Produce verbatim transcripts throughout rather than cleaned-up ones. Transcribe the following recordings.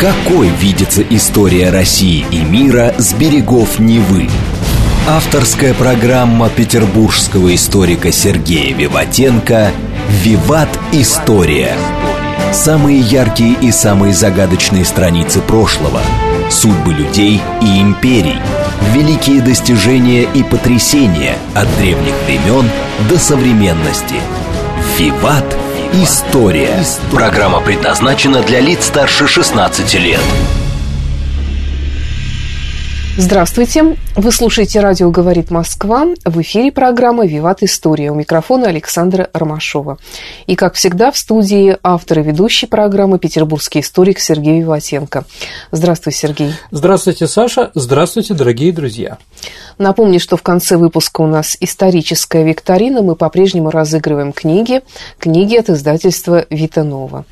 Какой видится история России и мира с берегов Невы? Авторская программа петербургского историка Сергея Виватенко «Виват. История». Самые яркие и самые загадочные страницы прошлого, судьбы людей и империй, великие достижения и потрясения от древних времен до современности. «Виват. История». Программа предназначена для лиц старше шестнадцати лет. Здравствуйте! Вы слушаете «Радио говорит Москва». В эфире программа «Виват. История». У микрофона Александра Ромашова. И, как всегда, в студии автор и ведущий программы петербургский историк Сергей Виватенко. Здравствуй, Сергей. Здравствуйте, Саша. Здравствуйте, дорогие друзья. Напомню, что в конце выпуска у нас историческая викторина. Мы по-прежнему разыгрываем книги. Книги от издательства «Вита Нова».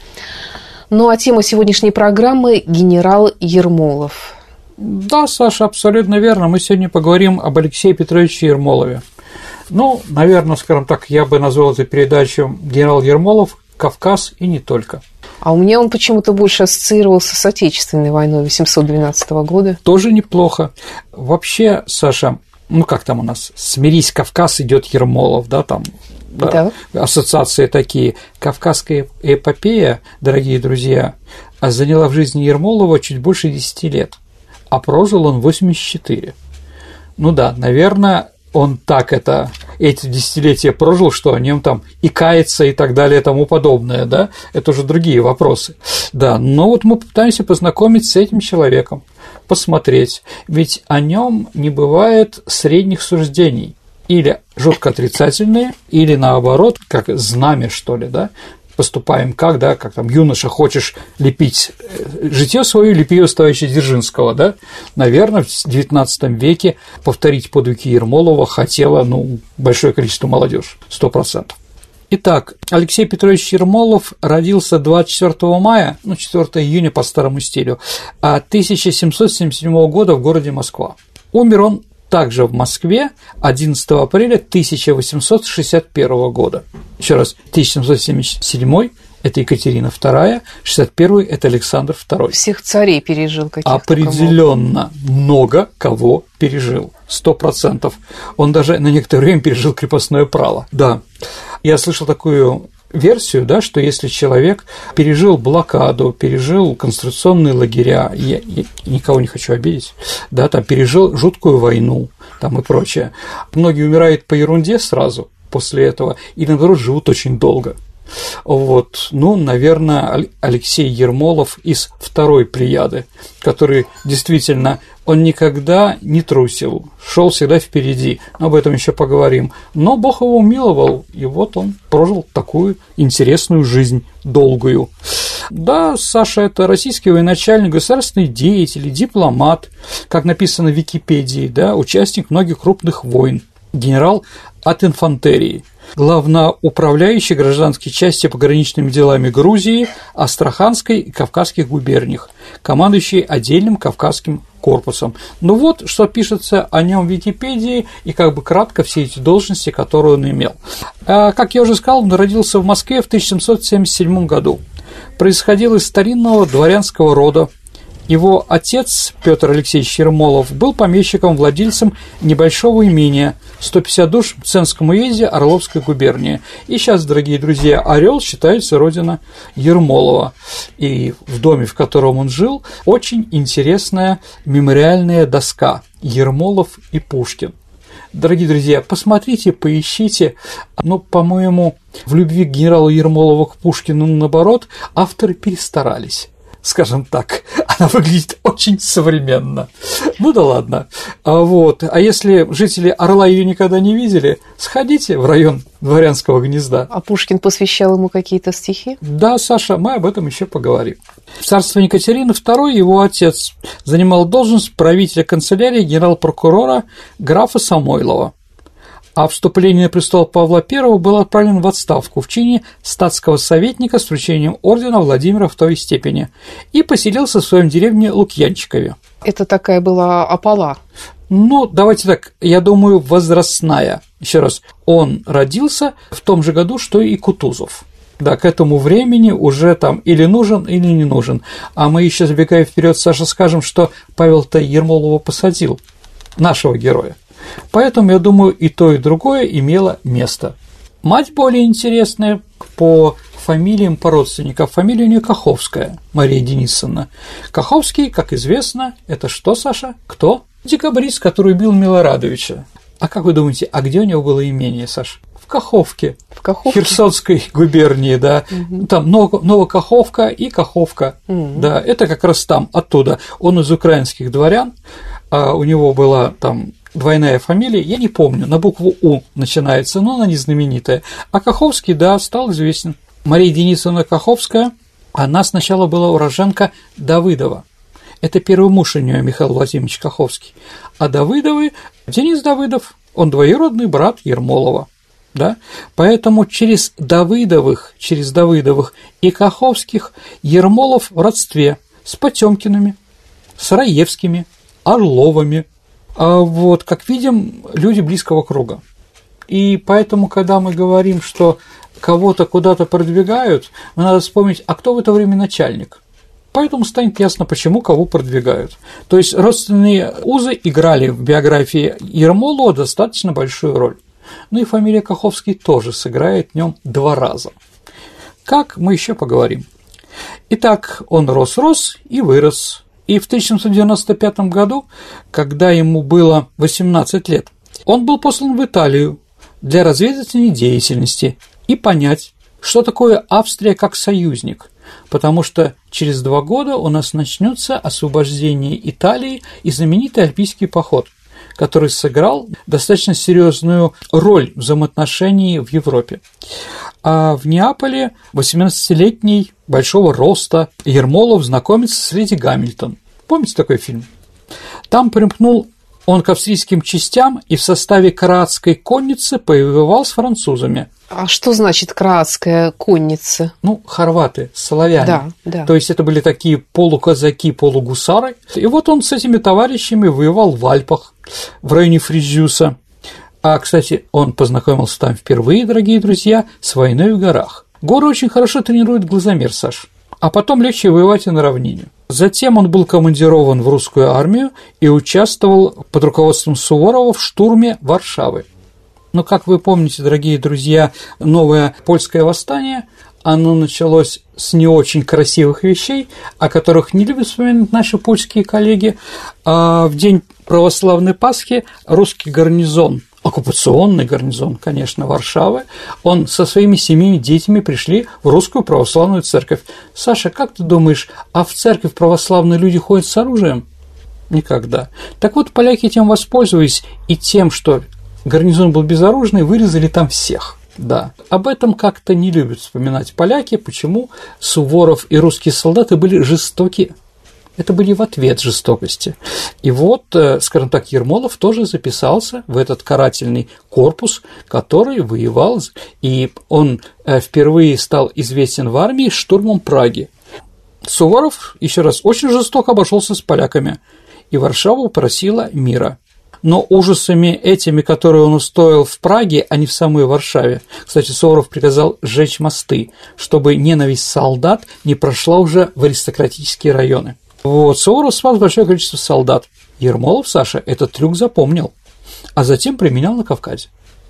Ну а тема сегодняшней программы – генерал Ермолов. Да, Саша, абсолютно верно. Мы сегодня поговорим об Алексее Петровиче Ермолове. Ну, наверное, скажем так, я бы назвал эту передачу «Генерал Ермолов. Кавказ и не только». А у меня он почему-то больше ассоциировался с Отечественной войной восемьсот двенадцатого года. Тоже неплохо. Вообще, Саша, ну как там у нас, «Смирись, Кавказ, идет Ермолов», да, там да, да. Ассоциации такие. Кавказская эпопея, дорогие друзья, заняла в жизни Ермолова чуть больше десяти лет. А прожил он восемьдесят четыре. Ну да, наверное, он так это, эти десятилетия прожил, что о нем там и кается и так далее и тому подобное, да, это уже другие вопросы. Да, но вот мы попытаемся познакомить с этим человеком, посмотреть, ведь о нем не бывает средних суждений, или жутко отрицательные, или наоборот, как знамя, что ли, да, поступаем как, да, как там юноша, хочешь лепить житье свое, лепи его с товарища Дзержинского, да, наверное, в девятнадцатом веке повторить подвиги Ермолова хотело, ну, большое количество молодежи, сто процентов. Итак, Алексей Петрович Ермолов родился двадцать четвёртого мая, ну, четвёртого июня по старому стилю, тысяча семьсот семьдесят седьмого года в городе Москва. Умер он также в Москве одиннадцатого апреля тысяча восемьсот шестьдесят первого года. Еще раз, тысяча семьсот семьдесят седьмой – это Екатерина вторая, шестьдесят первый – это Александр второй. Всех царей пережил каких-то. Определенно много кого пережил, сто процентов. Он даже на некоторое время пережил крепостное право. Да, я слышал такую версию, да, что если человек пережил блокаду, пережил концентрационные лагеря, я, я никого не хочу обидеть, да, там пережил жуткую войну, там и прочее, многие умирают по ерунде сразу после этого и, наоборот, живут очень долго. Вот, ну, наверное, Алексей Ермолов из второй плеяды, который действительно, он никогда не трусил, шел всегда впереди, но об этом еще поговорим. Но Бог его миловал, и вот он прожил такую интересную жизнь, долгую. Да, Саша, это российский военачальник, государственный деятель, дипломат, как написано в Википедии, да, участник многих крупных войн, генерал от инфантерии, главноуправляющий гражданской части пограничными делами Грузии, Астраханской и Кавказских губерниях, командующий отдельным Кавказским корпусом. Ну вот, что пишется о нем в Википедии, и как бы кратко все эти должности, которые он имел. А, как я уже сказал, он родился в Москве в тысяча семьсот семьдесят седьмом году. Происходил из старинного дворянского рода. Его отец, Петр Алексеевич Ермолов, был помещиком, владельцем небольшого имения, сто пятьдесят душ в Ценском уезде Орловской губернии. И сейчас, дорогие друзья, Орел считается родина Ермолова. И в доме, в котором он жил, очень интересная мемориальная доска «Ермолов и Пушкин». Дорогие друзья, посмотрите, поищите. Ну, по-моему, в любви к генералу Ермолову к Пушкину, наоборот, авторы перестарались. Скажем так, она выглядит очень современно. Ну да ладно. А, вот. А если жители Орла ее никогда не видели, сходите в район Дворянского гнезда. А Пушкин посвящал ему какие-то стихи? Да, Саша, мы об этом еще поговорим. В царствовании Екатерины второй его отец занимал должность правителя канцелярии генерал-прокурора графа Самойлова. А вступление на престол Павла Первого был отправлен в отставку в чине статского советника с вручением ордена Владимира второй степени и поселился в своем деревне Лукьянчикове. Это такая была опала? Ну, давайте так, я думаю, возрастная. Еще раз, он родился в том же году, что и Кутузов. Да, к этому времени уже там или нужен, или не нужен. А мы еще, забегая вперед, Саша, скажем, что Павел-то Ермолова посадил, нашего героя. Поэтому, я думаю, и то, и другое имело место. Мать более интересная по фамилиям, по родственникам. Фамилия у нее Каховская, Мария Денисовна. Каховский, как известно, это что, Саша? Кто? Декабрист, который убил Милорадовича. А как вы думаете, а где у него было имение, Саша? В Каховке, в Каховке? Херсонской губернии, да. Угу. Там Новокаховка и Каховка, угу. Да, это как раз там, оттуда. Он из украинских дворян, а у него была там двойная фамилия, я не помню, на букву У начинается, но она не знаменитая. А Каховский, да, стал известен. Мария Денисовна Каховская, она сначала была уроженка Давыдова. Это первый муж у нее, Михаил Владимирович Каховский. А Давыдовы, Денис Давыдов, он двоюродный брат Ермолова. Да? Поэтому через Давыдовых, через Давыдовых и Каховских Ермолов в родстве с Потёмкиными, с Раевскими, Орловыми. А вот, как видим, люди близкого круга. И поэтому, когда мы говорим, что кого-то куда-то продвигают, надо вспомнить, а кто в это время начальник. Поэтому станет ясно, почему кого продвигают. То есть родственные узы играли в биографии Ермолова достаточно большую роль. Ну и фамилия Каховский тоже сыграет в нем два раза. Как, мы еще поговорим. Итак, он рос-рос и вырос. И в тысяча семьсот девяносто пятом году, когда ему было восемнадцать лет, он был послан в Италию для разведывательной деятельности и понять, что такое Австрия как союзник, потому что через два года у нас начнется освобождение Италии и знаменитый Альпийский поход, который сыграл достаточно серьезную роль в взаимоотношении в Европе. А в Неаполе восемнадцатилетний большого роста Ермолов знакомится с леди Гамильтон. Помните такой фильм? Там примкнул он к австрийским частям и в составе караатской конницы повоевал с французами. А что значит караатская конница? Ну, хорваты, славяне. Да, да. То есть это были такие полуказаки, полугусары. И вот он с этими товарищами воевал в Альпах, в районе Фризиуса. А, кстати, он познакомился там впервые, дорогие друзья, с войной в горах. Горы очень хорошо тренируют глазомер, Саш. А потом легче воевать и на равнине. Затем он был командирован в русскую армию и участвовал под руководством Суворова в штурме Варшавы. Но, как вы помните, дорогие друзья, новое польское восстание, оно началось с не очень красивых вещей, о которых не любят вспоминать наши польские коллеги. А в день православной Пасхи русский гарнизон, оккупационный гарнизон, конечно, Варшавы, он со своими семьями, детьми пришли в русскую православную церковь. Саша, как ты думаешь, а в церковь православные люди ходят с оружием? Никогда. Так вот, поляки этим воспользовались и тем, что гарнизон был безоружный, вырезали там всех. Да, об этом как-то не любят вспоминать поляки, почему Суворов и русские солдаты были жестоки. Это были в ответ жестокости. И вот, скажем так, Ермолов тоже записался в этот карательный корпус, который воевал, и он впервые стал известен в армии штурмом Праги. Суворов, еще раз, очень жестоко обошелся с поляками, и Варшава просила мира. Но ужасами этими, которые он устроил в Праге, а не в самой Варшаве. Кстати, Суворов приказал сжечь мосты, чтобы ненависть солдат не прошла уже в аристократические районы. Вот, Суворов спас большое количество солдат. Ермолов, Саша, этот трюк запомнил, а затем применял на Кавказе.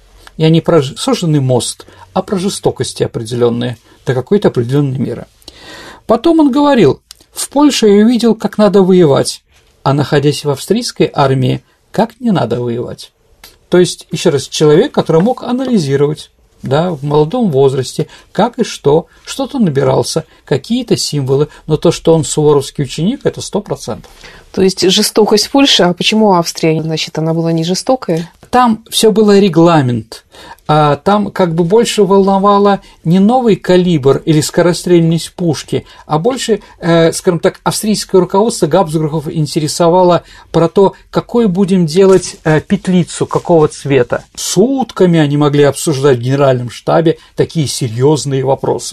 Я не про сожженный мост, а про жестокости определенные, до какой-то определенной меры. Потом он говорил: в Польше я увидел, как надо воевать, а находясь в австрийской армии, как не надо воевать. То есть, еще раз, человек, который мог анализировать, да, в молодом возрасте, как и что, что-то набирался, какие-то символы, но то, что он суворовский ученик, это сто процентов. То есть жестокость Польши, а почему Австрия, значит, она была не жестокая? Там все было регламент, а там как бы больше волновало не новый калибр или скорострельность пушки, а больше, э, скажем так, австрийское руководство Габсбургов интересовало про то, какой будем делать э, петлицу, какого цвета. Сутками они могли обсуждать в генеральном штабе такие серьезные вопросы.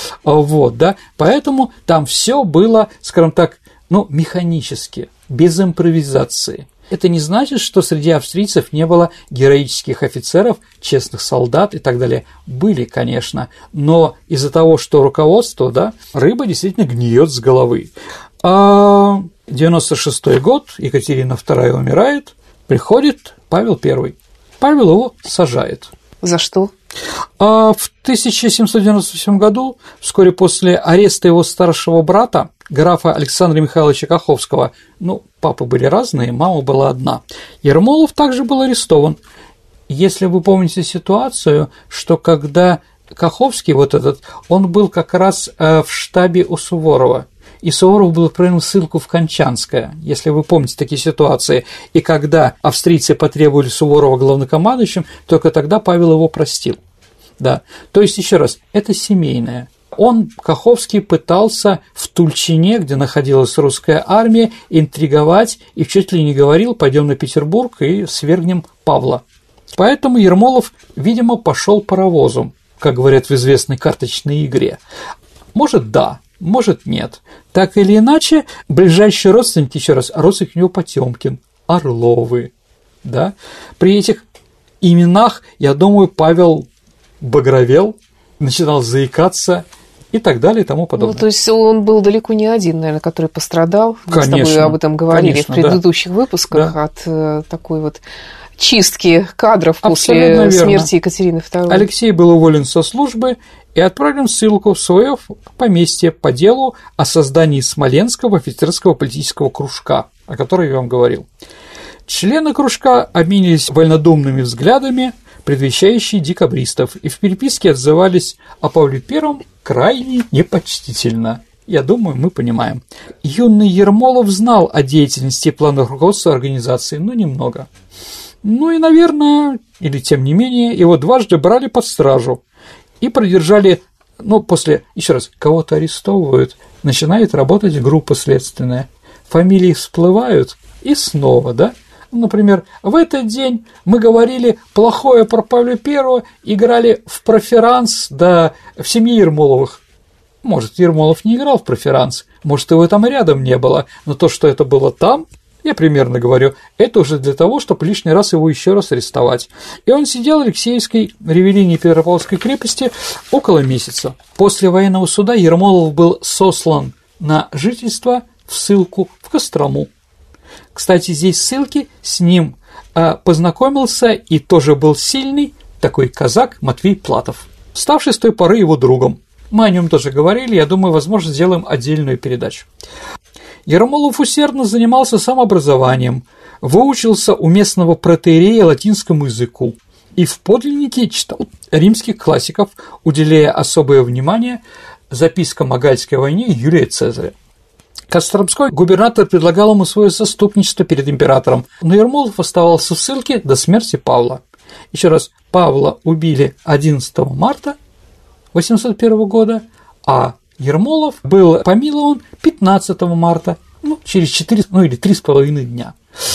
Вот, да, поэтому там все было, скажем так, ну, механически, без импровизации. Это не значит, что среди австрийцев не было героических офицеров, честных солдат и так далее. Были, конечно, но из-за того, что руководство, да, рыба действительно гниет с головы. А девяносто шестой год, Екатерина вторая умирает, приходит Павел Первый. Павел его сажает. За что? А в тысяча семьсот девяносто седьмом году, вскоре после ареста его старшего брата, графа Александра Михайловича Каховского, ну, папы были разные, мама была одна, Ермолов также был арестован. Если вы помните ситуацию, что когда Каховский, вот этот, он был как раз в штабе у Суворова, и Суворов был отправлен в ссылку в Кончанское, если вы помните такие ситуации. И когда австрийцы потребовали Суворова главнокомандующим, только тогда Павел его простил. Да. То есть, еще раз, это семейное. Он, Каховский, пытался в Тульчине, где находилась русская армия, интриговать и чуть ли не говорил: пойдем на Петербург и свергнем Павла. Поэтому Ермолов, видимо, пошел паровозом, как говорят в известной карточной игре. Может, да. Может, нет. Так или иначе, ближайшие родственники, еще раз, родственник у него Потёмкин, Орловы, да. При этих именах, я думаю, Павел багровел, начинал заикаться и так далее и тому подобное. Ну, то есть он был далеко не один, наверное, который пострадал. Мы конечно, с тобой об этом говорили конечно, в предыдущих да. выпусках да. от э, такой вот чистки кадров Абсолютно после верно. смерти Екатерины второй. Алексей был уволен со службы и отправлен в ссылку в свое поместье по делу о создании Смоленского офицерского политического кружка, о котором я вам говорил. Члены кружка обменились вольнодумными взглядами, предвещающие декабристов, и в переписке отзывались о Павле Первом крайне непочтительно. Я думаю, мы понимаем. Юный Ермолов знал о деятельности и планах руководства организации, но немного. Ну и, наверное, или тем не менее, его дважды брали под стражу и продержали, ну, после, еще раз, кого-то арестовывают, начинает работать группа следственная, фамилии всплывают, и снова, да? Например, в этот день мы говорили плохое про Павла Первого, играли в проферанс, да, в семье Ермоловых. Может, Ермолов не играл в проферанс, может, его там рядом не было, но то, что это было там, я примерно говорю, это уже для того, чтобы лишний раз его еще раз арестовать. И он сидел в Алексеевской Ревелине Петропавловской крепости около месяца. После военного суда Ермолов был сослан на жительство в ссылку в Кострому. Кстати, здесь ссылки, с ним познакомился и тоже был сильный такой казак Матвей Платов, ставший с той поры его другом. Мы о нем тоже говорили, я думаю, возможно, сделаем отдельную передачу. Ермолов усердно занимался самообразованием, выучился у местного протоиерея латинскому языку и в подлиннике читал римских классиков, уделяя особое внимание запискам о Гальской войне Юлия Цезаря. Костромской губернатор предлагал ему свое заступничество перед императором, но Ермолов оставался в ссылке до смерти Павла. Еще раз, Павла убили одиннадцатого марта восемьсот первого года, а Ермолов был помилован пятнадцатого марта, ну, через четыре, ну, или три с половиной дня.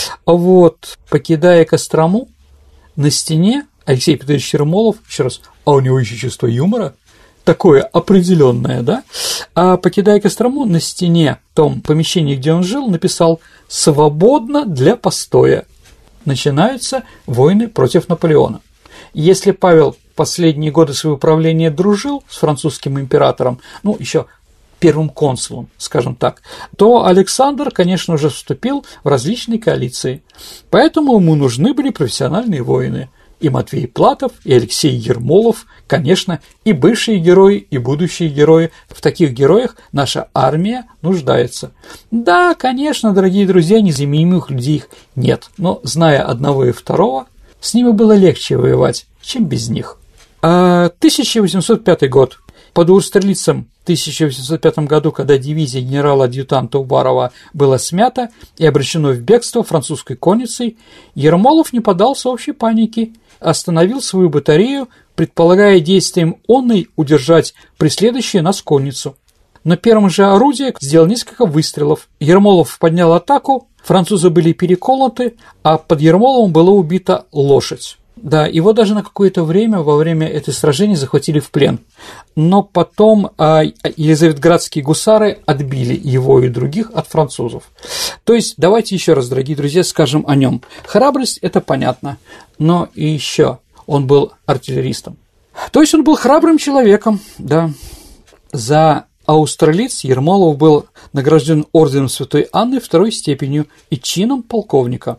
Вот, покидая Кострому, на стене Алексей Петрович Ермолов, еще раз, а у него еще чувство юмора, такое определенное, да, а покидая Кострому, на стене в том помещении, где он жил, написал «Свободно для постоя. Начинаются войны против Наполеона». Если Павел последние годы своего правления дружил с французским императором, ну, еще первым консулом, скажем так, то Александр, конечно же, вступил в различные коалиции, поэтому ему нужны были профессиональные воины. И Матвей Платов, и Алексей Ермолов, конечно, и бывшие герои, и будущие герои. В таких героях наша армия нуждается. Да, конечно, дорогие друзья, незаменимых людей их нет, но, зная одного и второго, с ними было легче воевать, чем без них. А тысяча восемьсот пятый год. Под Аустерлицем в тысяча восемьсот пятом году, когда дивизия генерала-адъютанта Уварова была смята и обращена в бегство французской конницей, Ермолов не поддался общей панике, остановил свою батарею, предполагая действием онной удержать преследующую нас конницу. На первом же орудии сделал несколько выстрелов. Ермолов поднял атаку, французы были переколоты, а под Ермоловым была убита лошадь. Да, его даже на какое-то время во время этой сражения захватили в плен. Но потом а, елизаветградские гусары отбили его и других от французов. То есть, давайте еще раз, дорогие друзья, скажем о нем. Храбрость – это понятно, но и еще он был артиллеристом. То есть, он был храбрым человеком, да. За Аустерлиц Ермолов был награжден орденом Святой Анны второй степенью и чином полковника.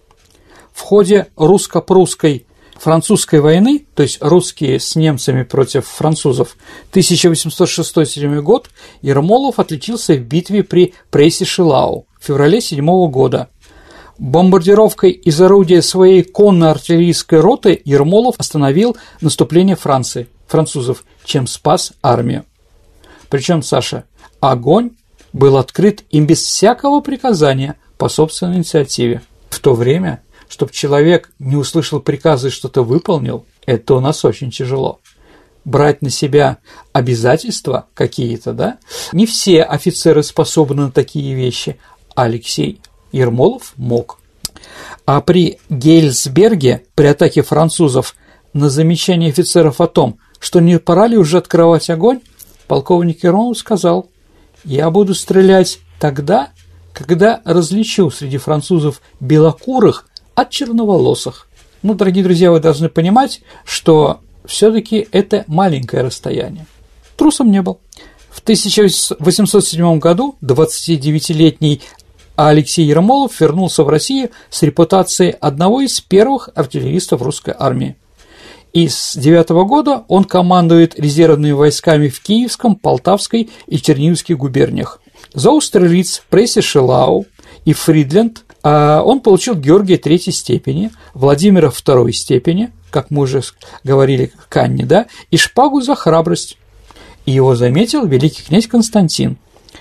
В ходе русско-прусской французской войны, то есть русские с немцами против французов, тысяча восемьсот шестой — седьмой год, Ермолов отличился в битве при Прессе-Шилау в феврале седьмого года. Бомбардировкой из орудия своей конно-артиллерийской роты Ермолов остановил наступление Франции, французов, чем спас армию. Причем, Саша, огонь был открыт им без всякого приказания по собственной инициативе. В то время, чтобы человек не услышал приказа и что-то выполнил, это у нас очень тяжело. Брать на себя обязательства какие-то, да? Не все офицеры способны на такие вещи. Алексей Ермолов мог. А при Гейльсберге, при атаке французов, на замечание офицеров о том, что не пора ли уже открывать огонь, полковник Ермолов сказал: «Я буду стрелять тогда, когда различу среди французов белокурых от черноволосых». Ну, дорогие друзья, вы должны понимать, что все-таки это маленькое расстояние. Трусом не был. В тысяча восемьсот седьмом году двадцатидевятилетний Алексей Ермолов вернулся в Россию с репутацией одного из первых артиллеристов русской армии. И с девятого года он командует резервными войсками в Киевском, Полтавской и Черниговских губерниях. За Аустерлиц, Прессе-Шилау и Фридленд он получил Георгия третьей степени, Владимира второй степени, как мы уже говорили, Канни, да, и шпагу за храбрость. И его заметил великий князь Константин.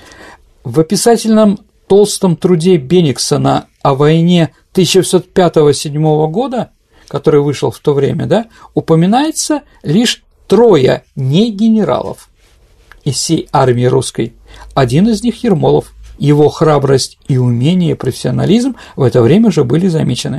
В описательном толстом труде Бениксона о войне тысяча восемьсот пятого — седьмого года, который вышел в то время, да, упоминается лишь трое не генералов из всей армии русской. Один из них Ермолов. Его храбрость и умение, и профессионализм в это время уже были замечены.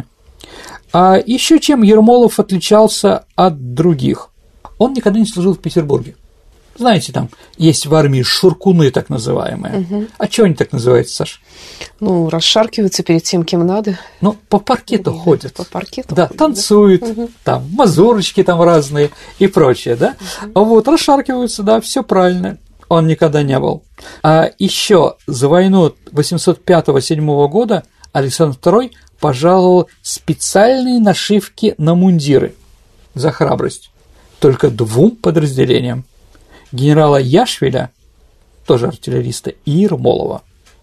А еще чем Ермолов отличался от других? Он никогда не служил в Петербурге. Знаете, там есть в армии шуркуны, так называемые. Угу. А чего они так называются, Саш? Ну, расшаркиваются перед тем, кем надо. Ну, по паркету да, ходят. По паркету да, ходят, танцуют, да? Угу. Там мазурочки там разные и прочее, да? Угу. Вот, расшаркиваются, да, все правильно. Он никогда не был. А еще за войну восемьсот пятого — седьмого года Александр второй пожаловал специальные нашивки на мундиры за храбрость только двум подразделениям: генерала Яшвиля, тоже артиллериста, и Ермолова.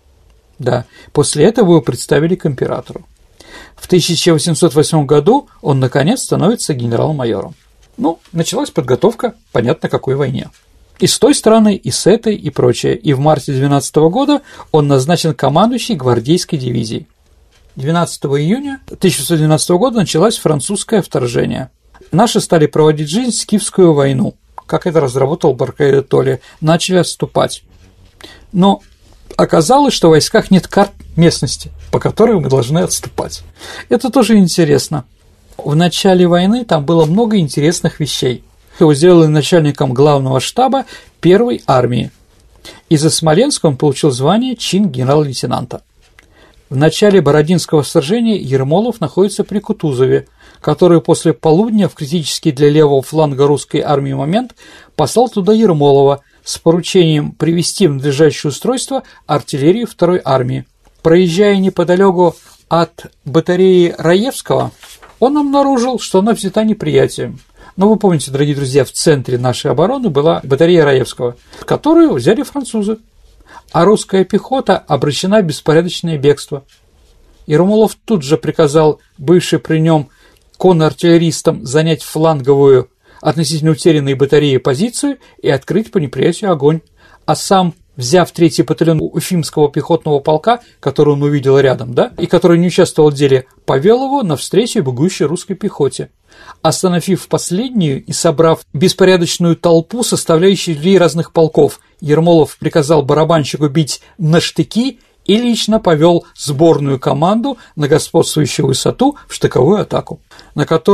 Да, после этого его представили к императору. В тысяча восемьсот восьмом году он, наконец, становится генерал-майором. Ну, началась подготовка, понятно, какой войне. И с той стороны, и с этой, и прочее. И в марте двенадцатого года он назначен командующий гвардейской дивизией. двенадцатого июня тысяча восемьсот двенадцатого года началось французское вторжение. Наши стали проводить жизнь Скифскую войну, как это разработал Баркаи-де-Толли, начали отступать. Но оказалось, что в войсках нет карт местности, по которой мы должны отступать. Это тоже интересно. В начале войны там было много интересных вещей. Его сделали начальником главного штаба первой армии. И за Смоленск он получил звание чин генерал-лейтенанта. В начале Бородинского сражения Ермолов находится при Кутузове, который после полудня в критический для левого фланга русской армии момент послал туда Ермолова с поручением привести в надлежащее устройство артиллерию второй армии. Проезжая неподалеку от батареи Раевского, он обнаружил, что она взята неприятием. Но вы помните, дорогие друзья, в центре нашей обороны была батарея Раевского, которую взяли французы, а русская пехота обречена в беспорядочное бегство. Ермолов тут же приказал бывший при нем конно-артиллеристам занять фланговую относительно утерянной батареи позицию и открыть по неприятию огонь, а сам, взяв третий батальон Уфимского пехотного полка, который он увидел рядом, да, и который не участвовал в деле, повел его навстречу бегущей русской пехоте. Остановив последнюю и собрав беспорядочную толпу, составляющую людей разных полков, Ермолов приказал барабанщику бить на штыки и лично повел сборную команду на господствующую высоту в штыковую атаку, на которой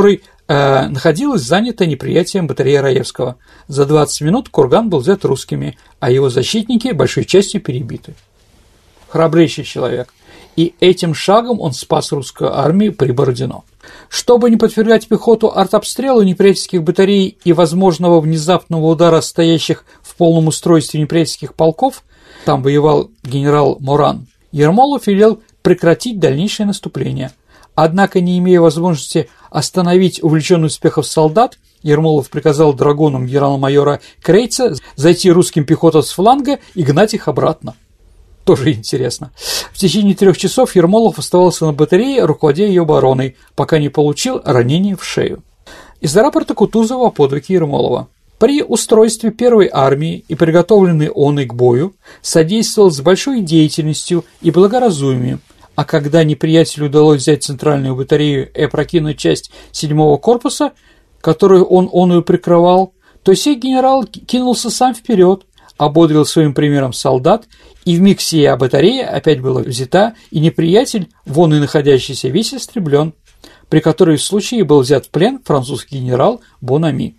э, находилась занята неприятием батареи Раевского. За двадцать минут курган был взят русскими, а его защитники большой частью перебиты. Храбрейший человек. И этим шагом он спас русскую армию при Бородино. Чтобы не подвергать пехоту артобстрелу неприятельских батарей и возможного внезапного удара стоящих в полном устройстве неприятельских полков, там воевал генерал Моран, Ермолов велел прекратить дальнейшее наступление. Однако, не имея возможности остановить увлеченный успехом солдат, Ермолов приказал драгунам генерал-майора Крейца зайти русским пехотам с фланга и гнать их обратно. Тоже интересно. В течение трех часов Ермолов оставался на батарее, руководя ее обороной, пока не получил ранение в шею. Из рапорта Кутузова о подвиге Ермолова. При устройстве первой армии и приготовленной оной к бою содействовал с большой деятельностью и благоразумием, а когда неприятелю удалось взять центральную батарею и опрокинуть часть седьмого корпуса, которую он оную прикрывал, то сей генерал кинулся сам вперед, ободрил своим примером солдат, и вмиг сия батарея опять была взята, и неприятель, вон и находящийся, весь истреблен, при которой в случае был взят в плен французский генерал Бонами.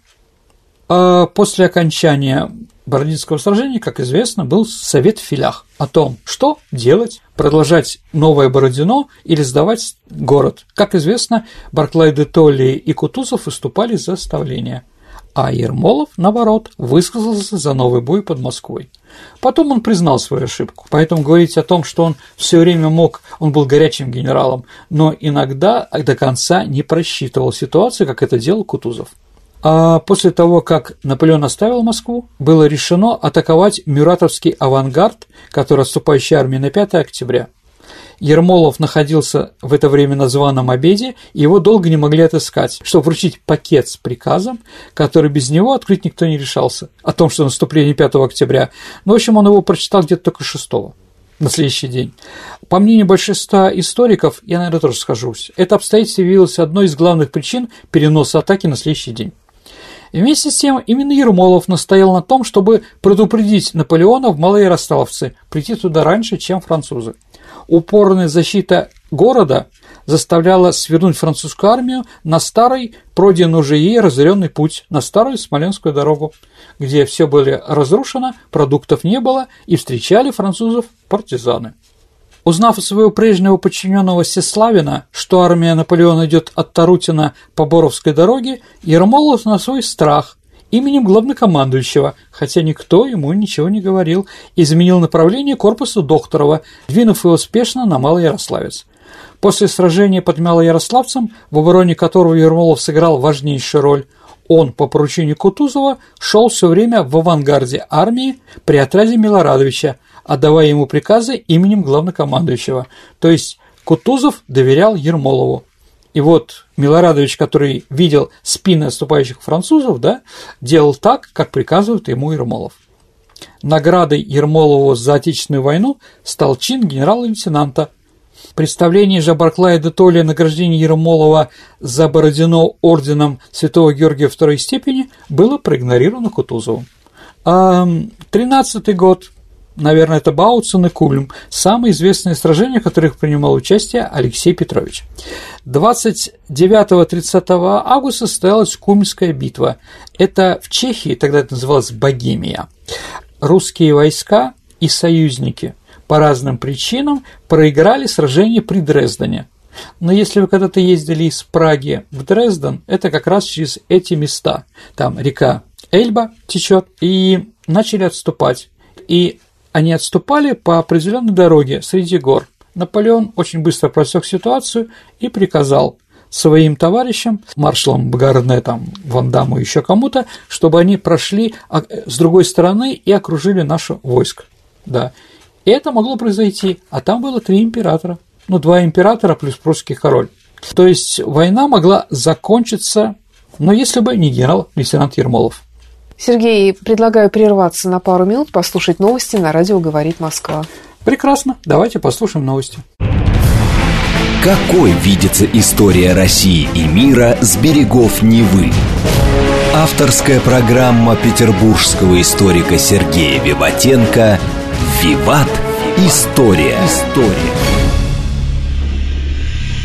А после окончания Бородинского сражения, как известно, был совет в Филях о том, что делать, продолжать новое Бородино или сдавать город. Как известно, Барклай де Толли и Кутузов выступали за оставление, а Ермолов, наоборот, высказался за новый бой под Москвой. Потом он признал свою ошибку, поэтому говорить о том, что он все время мог, он был горячим генералом, но иногда до конца не просчитывал ситуацию, как это делал Кутузов. А после того, как Наполеон оставил Москву, было решено атаковать Мюратовский авангард, который отступающей армии, на пятое октября. Ермолов находился в это время на званом обеде, и его долго не могли отыскать, чтобы вручить пакет с приказом, который без него открыть никто не решался, о том, что наступление пятого октября. Ну, в общем, он его прочитал где-то только шестого, на следующий день. По мнению большинства историков, я, наверное, тоже схожусь, это обстоятельство явилось одной из главных причин переноса атаки на следующий день. Вместе с тем, именно Ермолов настоял на том, чтобы предупредить Наполеона в Малоярославце, прийти туда раньше, чем французы. Упорная защита города заставляла свернуть французскую армию на старый, пройденный уже ей разоренный путь, на старую Смоленскую дорогу, где все было разрушено, продуктов не было, и встречали французов партизаны. Узнав от своего прежнего подчиненного Сеславина, что армия Наполеона идет от Тарутина по Боровской дороге, Ермолов на свой страх именем главнокомандующего, хотя никто ему ничего не говорил, изменил направление корпуса Докторова, двинув его спешно на Малоярославец. После сражения под Малоярославцем, в обороне которого Ермолов сыграл важнейшую роль, он по поручению Кутузова шел все время в авангарде армии при отряде Милорадовича, отдавая ему приказы именем главнокомандующего, то есть Кутузов доверял Ермолову. И вот Милорадович, который видел спины отступающих французов, да, делал так, как приказывает ему Ермолов. Наградой Ермолову за Отечественную войну стал чин генерала-лейтенанта. Представление же Барклая де Толли о награждении Ермолова за Бородино орденом Святого Георгия второй степени было проигнорировано Кутузовым. А тринадцатый год, наверное, это Бауцен и Кульм, самые известные сражения, в которых принимал участие Алексей Петрович. двадцать девятого-тридцатого августа состоялась Кульмская битва. Это в Чехии, тогда это называлось Богемия. Русские войска и союзники по разным причинам проиграли сражение при Дрездене. Но если вы когда-то ездили из Праги в Дрезден, это как раз через эти места. Там река Эльба течет, и начали отступать. И они отступали по определенной дороге среди гор. Наполеон очень быстро просек ситуацию и приказал своим товарищам, маршалам Багарне, там, Ван Дамму и еще кому-то, чтобы они прошли с другой стороны и окружили наше войско. Да. И это могло произойти, а там было три императора, ну, два императора плюс прусский король. То есть война могла закончиться, но если бы не генерал-лейтенант Ермолов. Сергей, предлагаю прерваться на пару минут, послушать новости на радио «Говорит Москва». Прекрасно, давайте послушаем новости. Какой видится история России и мира с берегов Невы? Авторская программа петербургского историка Сергея Виватенко «Виват. История». История.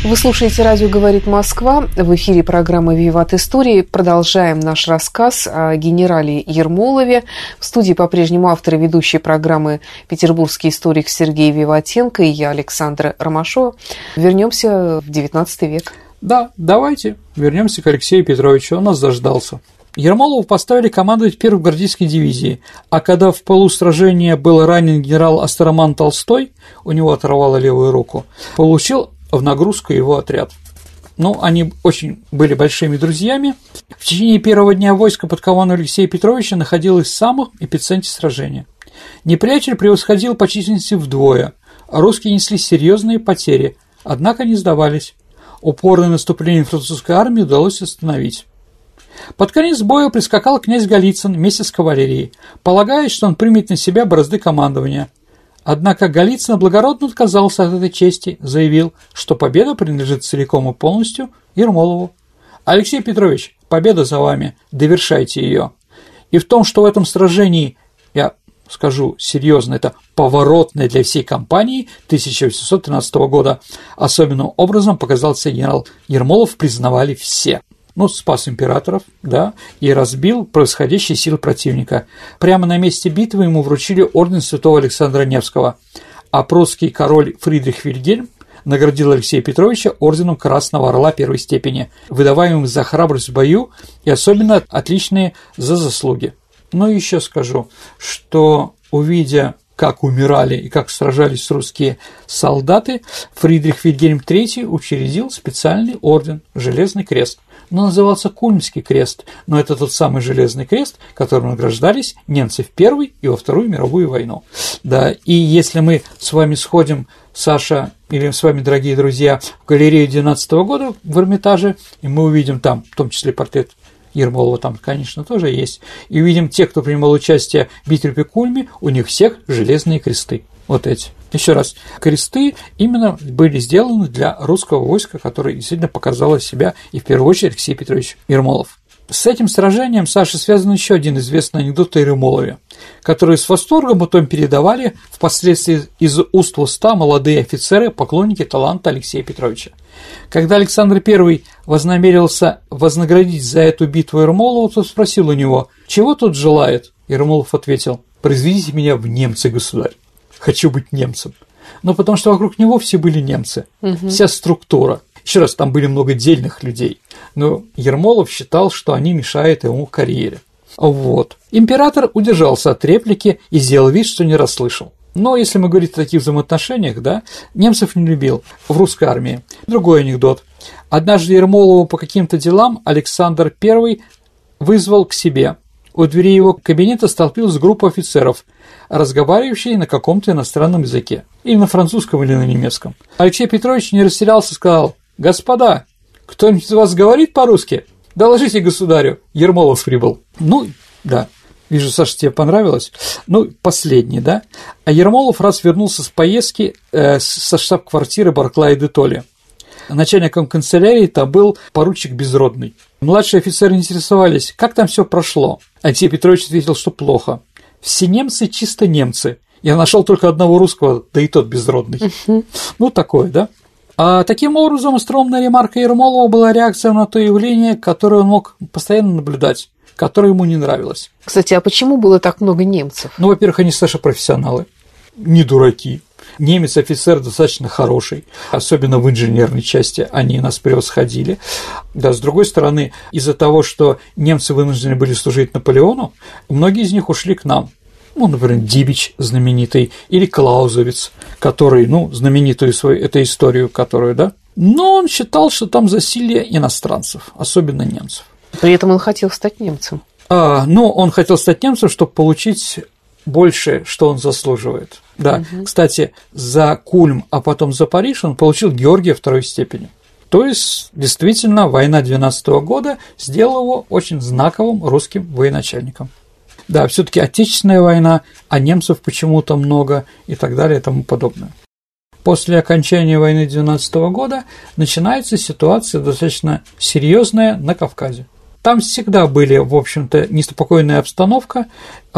Вы слушаете «Радио говорит Москва». В эфире программы «Виват Истории». Продолжаем наш рассказ о генерале Ермолове. В студии по-прежнему автор и ведущий программы петербургский историк Сергей Виватенко и я, Александра Ромашова. Вернемся в девятнадцатый век. Да, давайте вернемся к Алексею Петровичу. Он нас дождался. Ермолову поставили командовать первой гвардейской дивизией, а когда в пылу сражения был ранен генерал Астроман Толстой, у него оторвало левую руку, получил в нагрузку его отряд. Ну, они очень были большими друзьями. В течение первого дня войско под командой Алексея Петровича находилось в самом эпицентре сражения. Неприятель превосходил по численности вдвое, а русские несли серьезные потери, однако не сдавались. Упорное наступление французской армии удалось остановить. Под конец боя прискакал князь Голицын вместе с кавалерией, полагая, что он примет на себя бразды командования. Однако Голицын благородно отказался от этой чести, заявил, что победа принадлежит целиком и полностью Ермолову. «Алексей Петрович, победа за вами, довершайте ее». И в том, что в этом сражении, я скажу серьезно, это поворотное для всей кампании тысяча восемьсот тринадцатого года, особенным образом показался генерал Ермолов, признавали все. Ну, спас императоров, да, и разбил превосходящие силы противника. Прямо на месте битвы ему вручили орден святого Александра Невского, а прусский король Фридрих Вильгельм наградил Алексея Петровича орденом Красного Орла первой степени, выдаваемым за храбрость в бою и особенно отличные за заслуги. Но еще скажу, что, увидя, как умирали и как сражались русские солдаты, Фридрих Вильгельм третий учредил специальный орден «Железный крест». Но назывался Кульмский крест, но это тот самый Железный крест, которым награждались немцы в Первую и во Вторую мировую войну. Да, и если мы с вами сходим, Саша, или с вами, дорогие друзья, в галерею двенадцатого года в Эрмитаже, и мы увидим там, в том числе портрет Ермолова там, конечно, тоже есть, и увидим тех, кто принимал участие в битве при Кульме, у них всех железные кресты. Вот эти. Еще раз, кресты именно были сделаны для русского войска, которое действительно показало себя, и в первую очередь Алексей Петрович Ермолов. С этим сражением, Саша, связан еще один известный анекдот о Ермолове, который с восторгом потом передавали впоследствии из уст в уста молодые офицеры, поклонники таланта Алексея Петровича. Когда Александр Первый вознамерился вознаградить за эту битву Ермолова, тот спросил у него: «Чего тут желает?» Ермолов ответил: «Произведите меня в немцы, государь. Хочу быть немцем». Но потому что вокруг него все были немцы, угу. Вся структура. Еще раз, там были много дельных людей, но Ермолов считал, что они мешают ему карьере. Вот. Император удержался от реплики и сделал вид, что не расслышал. Но если мы говорим о таких взаимоотношениях, да, немцев не любил в русской армии. Другой анекдот. Однажды Ермолова по каким-то делам Александр Первый вызвал к себе. У двери его кабинета столпилась группа офицеров, разговаривающие на каком-то иностранном языке. Или на французском, или на немецком. Алексей Петрович не растерялся и сказал: «Господа, кто-нибудь из вас говорит по-русски? Доложите государю, Ермолов прибыл». Ну, да, вижу, Саша, тебе понравилось. Ну, последний, да. А Ермолов раз вернулся с поездки э, со штаб-квартиры Барклая де Толли. Начальником канцелярии там был поручик Безродный. Младшие офицеры интересовались, как там все прошло. Алексей Петрович ответил, что плохо. Все немцы чисто немцы. Я нашел только одного русского, да и тот Безродный. Uh-huh. Ну, такое, да. А таким образом, остроумная ремарка Ермолова была реакция на то явление, которое он мог постоянно наблюдать, которое ему не нравилось. Кстати, а почему было так много немцев? Ну, во-первых, они, Саша, профессионалы, не дураки. Немец офицер достаточно хороший, особенно в инженерной части они нас превосходили. Да, с другой стороны, из-за того, что немцы вынуждены были служить Наполеону, многие из них ушли к нам. Ну, например, Дибич знаменитый, или Клаузовиц, который, ну, знаменитую свою, эту историю, которую, да. Но он считал, что там засилье иностранцев, особенно немцев. При этом он хотел стать немцем. А, ну, он хотел стать немцем, чтобы получить больше, что он заслуживает. Да, угу. Кстати, за Кульм, а потом за Париж он получил Георгия второй степени. То есть, действительно, война двенадцатого года сделала его очень знаковым русским военачальником. Да, все-таки Отечественная война, а немцев почему-то много и так далее и тому подобное. После окончания войны двенадцатого года начинается ситуация достаточно серьезная на Кавказе. Там всегда были, в общем-то, неспокойная обстановка,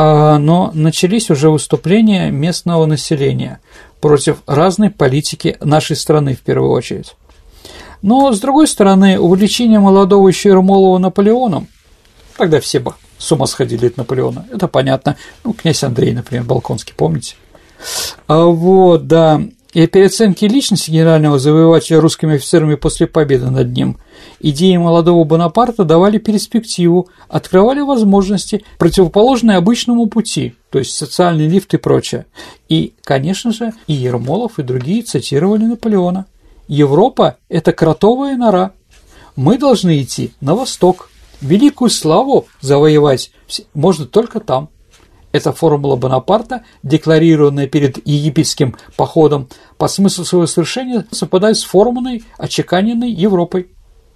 но начались уже выступления местного населения против разной политики нашей страны в первую очередь. Но, с другой стороны, увлечение молодого еще Ермолова Наполеоном, тогда все бы с ума сходили от Наполеона, это понятно. Ну, князь Андрей, например, Болконский, помните? А вот, да. И переоценки личности генерального завоевателя русскими офицерами после победы над ним идеи молодого Бонапарта давали перспективу, открывали возможности, противоположные обычному пути, то есть социальный лифт и прочее. И, конечно же, и Ермолов, и другие цитировали Наполеона. «Европа – это кротовая нора. Мы должны идти на восток. Великую славу завоевать можно только там». Эта формула Бонапарта, декларированная перед египетским походом, по смыслу своего совершения совпадает с формулой, очеканенной Европой.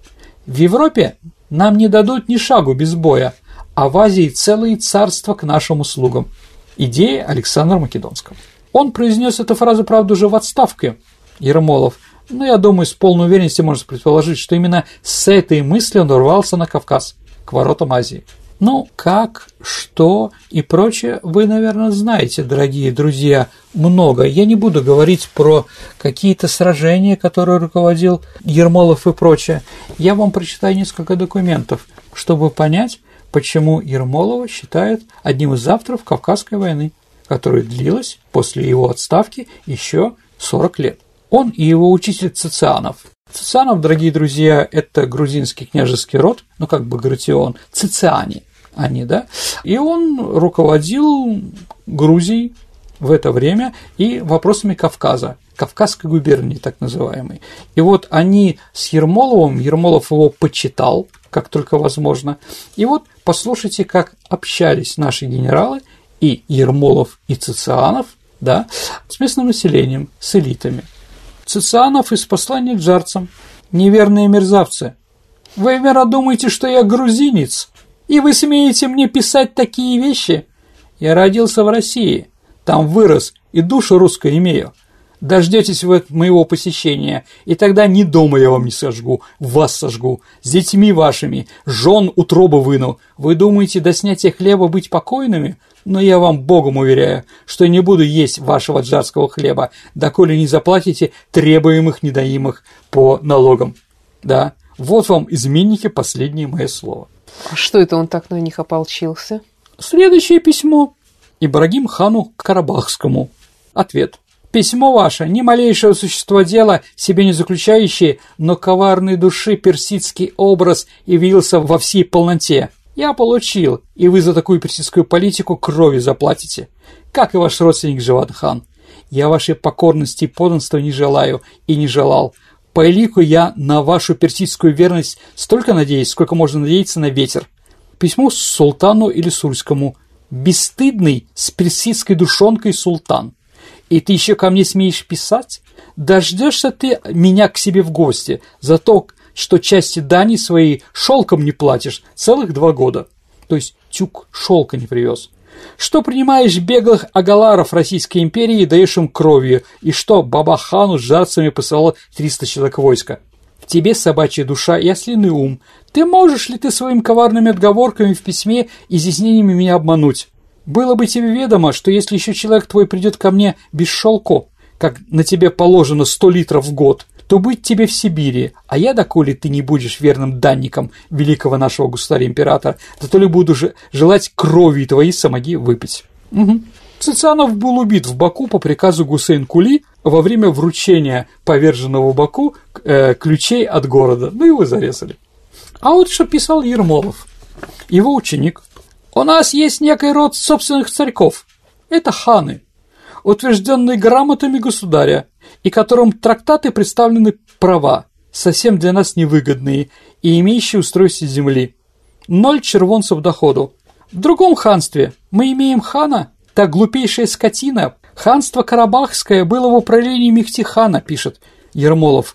В Европе нам не дадут ни шагу без боя, а в Азии целые царства к нашим услугам. Идея Александра Македонского. Он произнес эту фразу, правда, уже в отставке, Ермолов, но я думаю, с полной уверенностью можно предположить, что именно с этой мыслью он рвался на Кавказ, к воротам Азии. Ну, как, что и прочее, вы, наверное, знаете, дорогие друзья, много. Я не буду говорить про какие-то сражения, которые руководил Ермолов и прочее. Я вам прочитаю несколько документов, чтобы понять, почему Ермолова считают одним из авторов Кавказской войны, которая длилась после его отставки еще сорок лет. Он и его учитель Цицианов. Цицианов, дорогие друзья, это грузинский княжеский род, ну как Багратион, Цициане. Они, да, и он руководил Грузией в это время и вопросами Кавказа, Кавказской губернии так называемой. И вот они с Ермоловым, Ермолов его почитал, как только возможно, и вот послушайте, как общались наши генералы и Ермолов, и Цицианов, да, с местным населением, с элитами. Цицианов из послания к джарцам: «Неверные мерзавцы, вы, верно, думаете, что я грузинец? И вы смеете мне писать такие вещи? Я родился в России, там вырос и душу русскую имею. Дождётесь вы моего посещения, и тогда ни дома я вам не сожгу, вас сожгу, с детьми вашими, жен утробы выну. Вы думаете до снятия хлеба быть покойными? Но я вам Богом уверяю, что не буду есть вашего джарского хлеба, доколе не заплатите требуемых недоимых по налогам». Да, вот вам, изменники, последнее мое слово. А что это он так на них ополчился? Следующее письмо. Ибрагим хану Карабахскому. Ответ. «Письмо ваше, ни малейшего существа дела, себе не заключающее, но коварной души персидский образ явился во всей полноте. Я получил, и вы за такую персидскую политику кровью заплатите, как и ваш родственник Джавад-хан. Я вашей покорности и подданства не желаю и не желал. По элику я на вашу персидскую верность столько надеюсь, сколько можно надеяться на ветер». Письмо султану или сульскому. «Бесстыдный с персидской душонкой султан. И ты еще ко мне смеешь писать? Дождешься ты меня к себе в гости за то, что части дани своей шелком не платишь целых два года». То есть тюк шелка не привез. «Что принимаешь беглых агаларов Российской империи и даешь им кровью, и что Баба-хану с жарцами посылал триста человек войска. В тебе собачья душа и ослиный ум. Ты можешь ли ты своими коварными отговорками в письме и изъяснениями меня обмануть? Было бы тебе ведомо, что если еще человек твой придет ко мне без шелку, как на тебе положено сто литров в год, то быть тебе в Сибири, а я, доколе ты не будешь верным данником великого нашего государя-императора, да то ли буду же желать крови твоей самоги выпить». Угу. Цицианов был убит в Баку по приказу Гусейн-Кули во время вручения поверженного Баку э, ключей от города, ну его зарезали. А вот что писал Ермолов, его ученик. «У нас есть некий род собственных царьков, это ханы, утвержденные грамотами государя, и которым трактаты представлены права, совсем для нас невыгодные и имеющие устройство земли. Ноль червонцев доходу. В другом ханстве мы имеем хана, та глупейшая скотина. Ханство Карабахское было в управлении Мехти-хана», пишет Ермолов.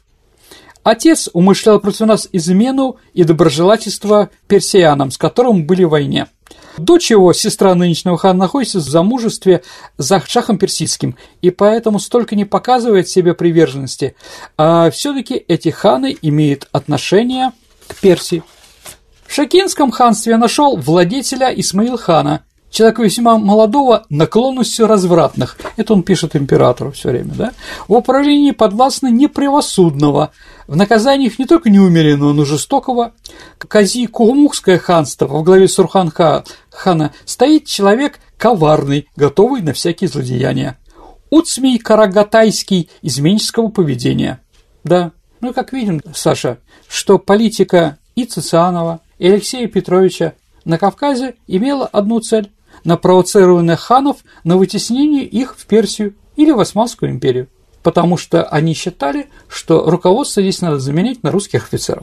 «Отец умышлял против нас измену и доброжелательство персиянам, с которым были в войне. Дочь его, сестра нынешнего хана, находится в замужестве за шахом персидским, и поэтому столько не показывает себе приверженности. А все-таки эти ханы имеют отношение к Персии. В Шакинском ханстве я нашел владетеля Исмаил-хана, человека весьма молодого, наклонностью развратных. Это он пишет императору все время, да? В управлении подвластно непревосудного, в наказаниях не только неумеренного, но жестокого. Кази-Курмукское ханство во главе Сурхан-хана стоит человек коварный, готовый на всякие злодеяния. Уцмий Карагатайский изменческого поведения. Да, ну и как видим, Саша, что политика и Цицианова, и Алексея Петровича на Кавказе имела одну цель – напровоцирование ханов на вытеснение их в Персию или в Османскую империю, потому что они считали, что руководство здесь надо заменять на русских офицеров.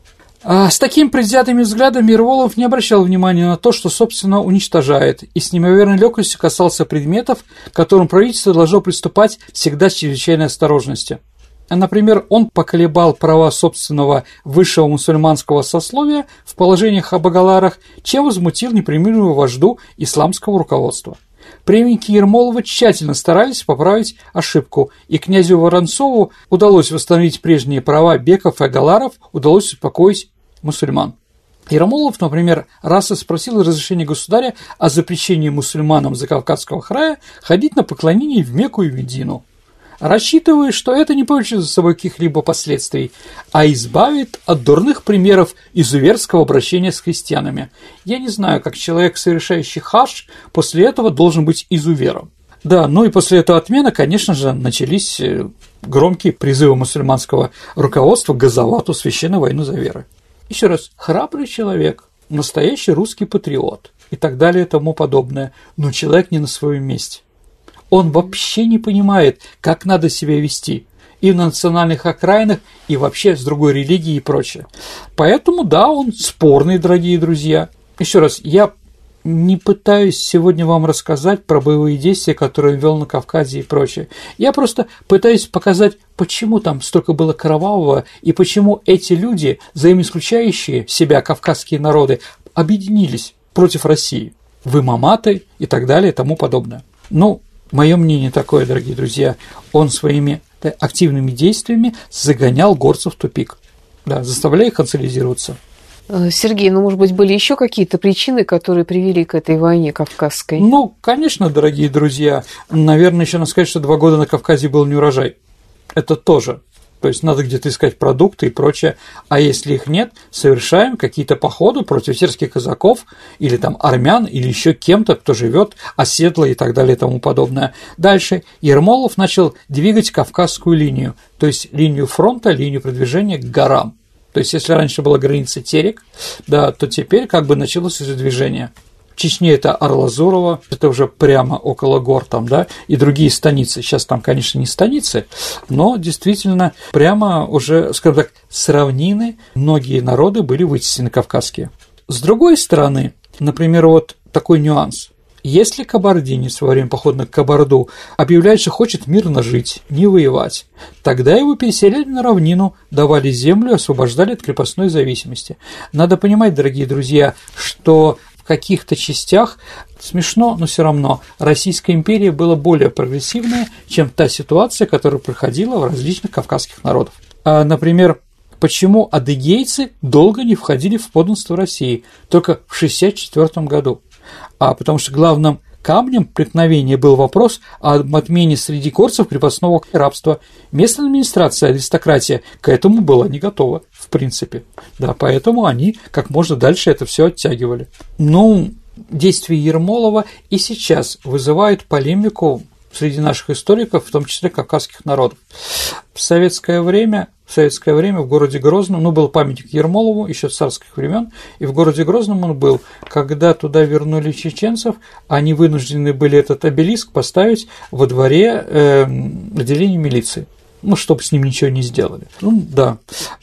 А с таким предвзятыми взглядами Ермолов не обращал внимания на то, что, собственно, уничтожает, и с неимоверной легкостью касался предметов, к которым правительство должно приступать всегда с чрезвычайной осторожностью. Например, он поколебал права собственного высшего мусульманского сословия в положениях об агаларах, чем возмутил непримиримую вожду исламского руководства. Преемники Ермолова тщательно старались поправить ошибку, и князю Воронцову удалось восстановить прежние права беков и агаларов, удалось успокоить мусульман. Ермолов, например, раз и спросил разрешения государя о запрещении мусульманам Закавказского края ходить на поклонение в Мекку и Медину, рассчитывая, что это не повлечет за собой каких-либо последствий, а избавит от дурных примеров изуверского обращения с христианами. Я не знаю, как человек, совершающий хадж, после этого должен быть изувером. Да, ну и после этого отмена, конечно же, начались громкие призывы мусульманского руководства к газавату, священную войну за веру. Еще раз, храбрый человек, настоящий русский патриот и так далее и тому подобное, но человек не на своем месте. Он вообще не понимает, как надо себя вести и на национальных окраинах, и вообще с другой религией и прочее. Поэтому, да, он спорный, дорогие друзья. Еще раз, я не пытаюсь сегодня вам рассказать про боевые действия, которые он вел на Кавказе и прочее. Я просто пытаюсь показать, почему там столько было кровавого, и почему эти люди, взаимоисключающие себя кавказские народы, объединились против России в имаматы и так далее и тому подобное. Ну, мое мнение такое, дорогие друзья, он своими активными действиями загонял горцев в тупик, да, заставляя их консолидироваться. Сергей, ну, может быть, были еще какие-то причины, которые привели к этой войне кавказской? Ну, конечно, дорогие друзья, наверное, еще надо сказать, что два года на Кавказе был неурожай. Это тоже. То есть надо где-то искать продукты и прочее, а если их нет, совершаем какие-то походы против сирских казаков или там армян, или еще кем-то, кто живет, оседло и так далее и тому подобное. Дальше Ермолов начал двигать Кавказскую линию, то есть линию фронта, линию продвижения к горам. То есть если раньше была граница Терек, да, то теперь как бы началось уже движение. В Чечне это Арлазурово, это уже прямо около гор там, да, и другие станицы. Сейчас там, конечно, не станицы, но действительно прямо уже, скажем так, с равнины многие народы были вытеснены кавказские. С другой стороны, например, вот такой нюанс. Если кабардинец во время похода к Кабарду объявляет, что хочет мирно жить, не воевать, тогда его переселяли на равнину, давали землю, освобождали от крепостной зависимости. Надо понимать, дорогие друзья, что в каких-то частях, смешно, но все равно, Российская империя была более прогрессивная, чем та ситуация, которая проходила в различных кавказских народах. А, например, почему адыгейцы долго не входили в подданство России, только в шестьдесят четвёртом году? А потому что главным камнем преткновения был вопрос об отмене среди горцев крепостного рабства. Местная администрация, аристократия к этому была не готова, в принципе. Да, поэтому они как можно дальше это все оттягивали. Ну, действия Ермолова и сейчас вызывают полемику среди наших историков, в том числе кавказских народов. В советское время, в советское время в городе Грозном, ну, был памятник Ермолову еще с царских времен, и в городе Грозном он был. Когда туда вернули чеченцев, они вынуждены были этот обелиск поставить во дворе э, отделения милиции. Ну, чтобы с ним ничего не сделали. Ну, да.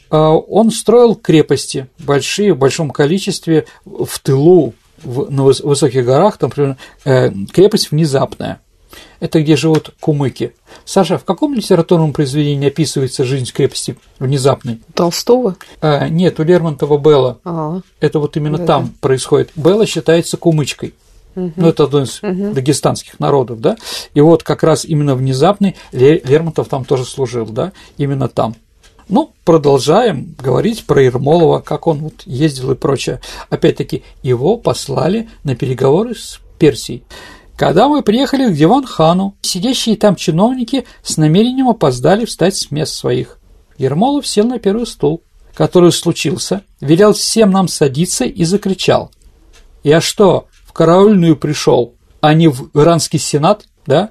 Он строил крепости большие, в большом количестве в тылу, в, на высоких горах, там, например, э, крепость Внезапная. Это где живут кумыки. Саша, в каком литературном произведении описывается жизнь крепости Внезапной? Толстого? А, нет, у Лермонтова Белла. А-а. Это вот именно да, там да. происходит. Белла считается кумычкой. Угу. Ну, это один из угу. дагестанских народов, да. И вот как раз именно Внезапный Лермонтов там тоже служил, да, именно там. Ну, продолжаем говорить про Ермолова, как он вот ездил и прочее. Опять-таки, его послали на переговоры с Персии. Когда мы приехали к Диван-хану, сидящие там чиновники с намерением опоздали встать с мест своих. Ермолов сел на первый стул, который случился, велел всем нам садиться и закричал: «Я что, в караульную пришел, а не в иранский сенат, да?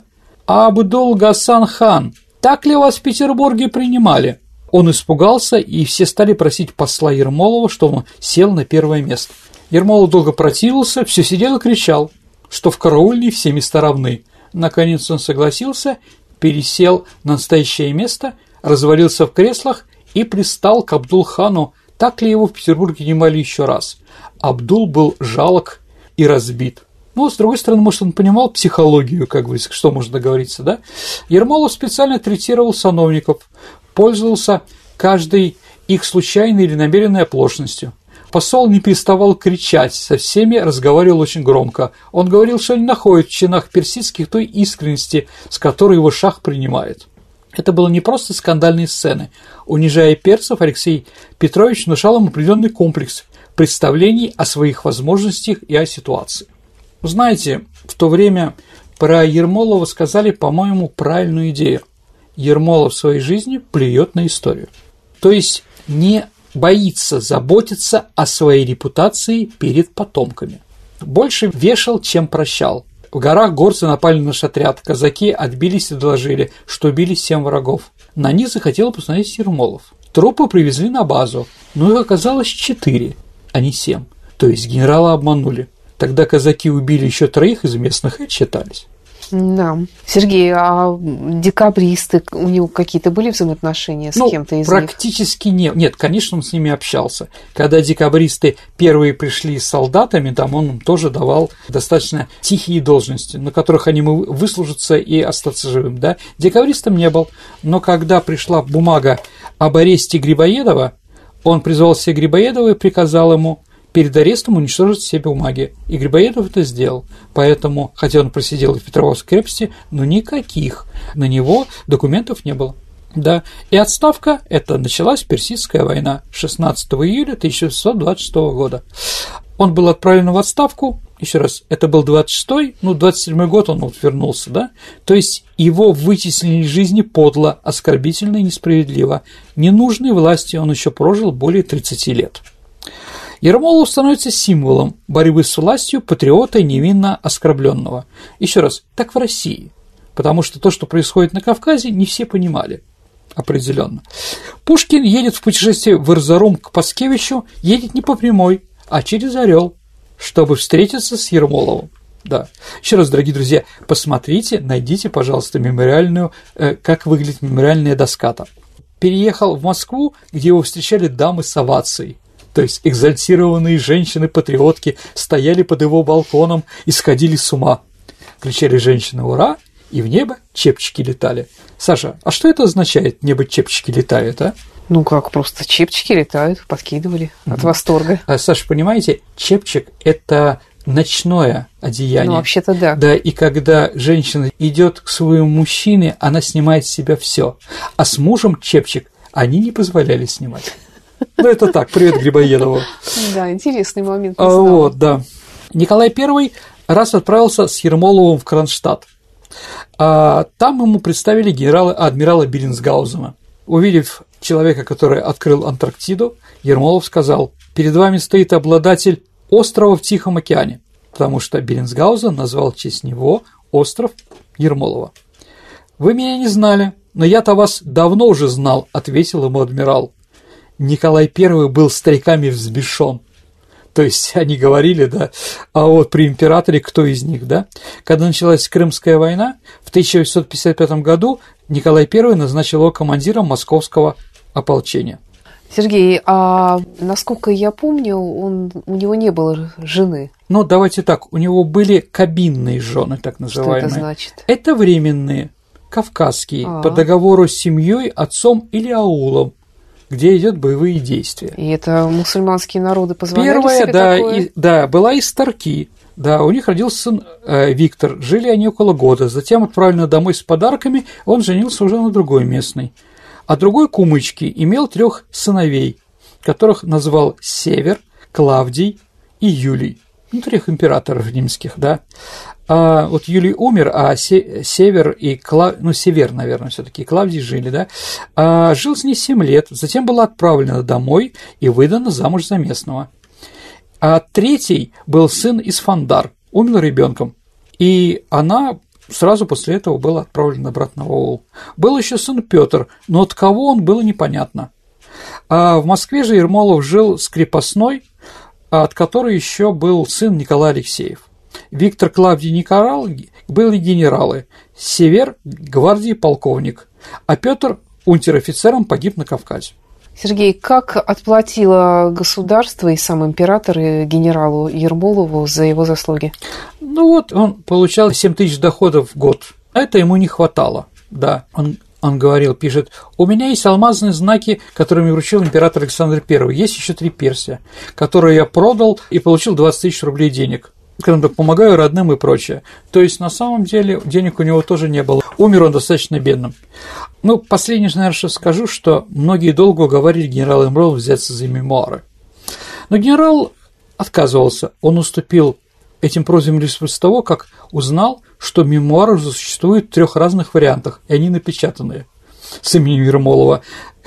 Абдул-Гасан-хан, так ли вас в Петербурге принимали?» Он испугался, и все стали просить посла Ермолова, чтобы он сел на первое место. Ермолов долго противился, все сидел и кричал, что в караульной все места равны. Наконец он согласился, пересел на настоящее место, развалился в креслах и пристал к Абдул-хану, так ли его в Петербурге принимали еще раз. Абдул был жалок и разбит. Ну, с другой стороны, может, он понимал психологию, как бы, что можно договориться, да? Ермолов специально третировал сановников, пользовался каждой их случайной или намеренной оплошностью. Посол не переставал кричать, со всеми разговаривал очень громко. Он говорил, что не находит в чинах персидских той искренности, с которой его шах принимает. Это было не просто скандальные сцены. Унижая персов, Алексей Петрович внушал им определенный комплекс представлений о своих возможностях и о ситуации. Знаете, в то время про Ермолова сказали, по-моему, правильную идею. Ермолов в своей жизни плюет на историю. То есть не боится заботиться о своей репутации перед потомками. Больше вешал, чем прощал. В горах горцы напали на наш отряд, казаки отбились и доложили, что убили семь врагов. На них захотел посмотреть Ермолов. Трупы привезли на базу, но их оказалось четыре, а не семь. То есть генерала обманули. Тогда казаки убили еще троих из местных и отчитались. Да. Сергей, а декабристы, у него какие-то были взаимоотношения с ну, кем-то из практически них? нет. Нет, конечно, он с ними общался. Когда декабристы первые пришли с солдатами, там он им тоже давал достаточно тихие должности, на которых они могут выслужиться и остаться живым. Да? Декабристом не был. Но когда пришла бумага об аресте Грибоедова, он призвал себе Грибоедова и приказал ему перед арестом уничтожить все бумаги. И Грибоедов это сделал. Поэтому, хотя он просидел в Петропавловской крепости, но никаких на него документов не было. Да. И отставка – это началась Персидская война шестнадцатого июля тысяча восемьсот двадцать шестого года. Он был отправлен в отставку, еще раз, это был двадцать шестой, ну, двадцать седьмой год он вот вернулся, да, то есть его вытеснили из жизни подло, оскорбительно и несправедливо. Ненужной власти он еще прожил более тридцати лет. Ермолов становится символом борьбы с властью патриота невинно оскорбленного. Еще раз, так в России, потому что то, что происходит на Кавказе, не все понимали определенно. Пушкин едет в путешествие в Эрзарум к Паскевичу, едет не по прямой, а через Орел, чтобы встретиться с Ермоловым. Да. Еще раз, дорогие друзья, посмотрите, найдите, пожалуйста, мемориальную, э, как выглядит мемориальная доска там. Переехал в Москву, где его встречали дамы с овацией. То есть экзальтированные женщины-патриотки стояли под его балконом и сходили с ума. Кричали женщины «Ура!» и в небо чепчики летали. Саша, а что это означает, в небо чепчики летают, а? Ну как, просто чепчики летают, подкидывали от mm-hmm. восторга. А, Саша, понимаете, чепчик – это ночное одеяние. Ну, вообще-то да. Да, и когда женщина идет к своему мужчине, она снимает с себя все. А с мужем чепчик они не позволяли снимать. Ну, это так, привет Грибоедову. Да, интересный момент. А, вот, да. Николай Первый раз отправился с Ермоловым в Кронштадт. А там ему представили генерала, адмирала Беренсгаузена. Увидев человека, который открыл Антарктиду, Ермолов сказал: «Перед вами стоит обладатель острова в Тихом океане», потому что Беренсгаузен назвал в честь него остров Ермолова. «Вы меня не знали, но я-то вас давно уже знал», – ответил ему адмирал. Николай Первый был стариками взбешен. То есть они говорили, да, а вот при императоре кто из них, да? Когда началась Крымская война, в тысяча восемьсот пятьдесят пятом году Николай Первый назначил его командиром московского ополчения. Сергей, а насколько я помню, он, у него не было жены. Ну, давайте так, у него были кабинные жены, так называемые. Что это значит? Это временные, кавказские, А-а. по договору с семьей, отцом или аулом, где идет боевые действия. И это мусульманские народы позволяли Первая, себе да, такое? И, да, была из Тарки. Да, у них родился сын э, Виктор. Жили они около года. Затем отправлены домой с подарками, он женился уже на другой местной. А другой кумычки имел трех сыновей, которых назвал Север, Клавдий и Юлий. ну, трех императоров римских, да. А вот Юлий умер, а Север и Клав... ну, Север, наверное, все-таки Клавдий жили, да. А жил с ней семь лет, затем была отправлена домой и выдана замуж за местного. А третий был сын Исфандар, умер ребенком, и она сразу после этого была отправлена обратно в аул. Был еще сын Петр, но от кого он было непонятно. А в Москве же Ермолов жил с крепостной, от которой еще был сын Николай Алексеев. Виктор Клавдий Никорал были генералы, Север – гвардии полковник, а Петр унтер-офицером погиб на Кавказе. Сергей, как отплатило государство и сам император и генералу Ермолову за его заслуги? Ну вот, он получал семь тысяч доходов в год, а это ему не хватало, да, он Он говорил, пишет, у меня есть алмазные знаки, которые мне вручил император Александр Первый. Есть еще три перстня, которые я продал и получил двадцать тысяч рублей денег. Помогаю родным и прочее. То есть, на самом деле, денег у него тоже не было. Умер он достаточно бедным. Ну, последнее, наверное, что скажу, что многие долго уговаривали генерала Ермолова взяться за мемуары. Но генерал отказывался. Он уступил этим просьбам лишь после того, как узнал, что мемуары существуют в трех разных вариантах, и они напечатаны с именем Ермолова.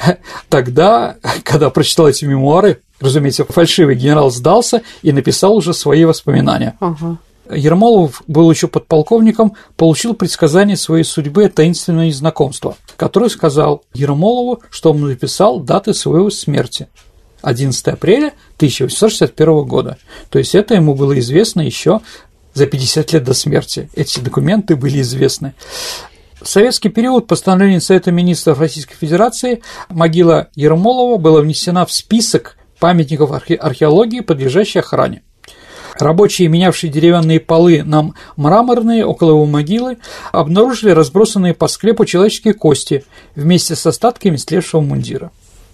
Тогда, когда прочитал эти мемуары, разумеется, фальшивый генерал сдался и написал уже свои воспоминания. Ага. Ермолов был еще подполковником, получил предсказание своей судьбы от таинственного незнакомства, который сказал Ермолову, что он написал даты своей смерти. одиннадцатого апреля тысяча восемьсот шестьдесят первого года. То есть это ему было известно еще за пятьдесят лет до смерти. Эти документы были известны. В советский период постановлением Совета министров Российской Федерации могила Ермолова была внесена в список памятников архе- археологии, подлежащей охране. Рабочие, менявшие деревянные полы на мраморные около его могилы, обнаружили разбросанные по склепу человеческие кости вместе с остатками истлевшего мундира.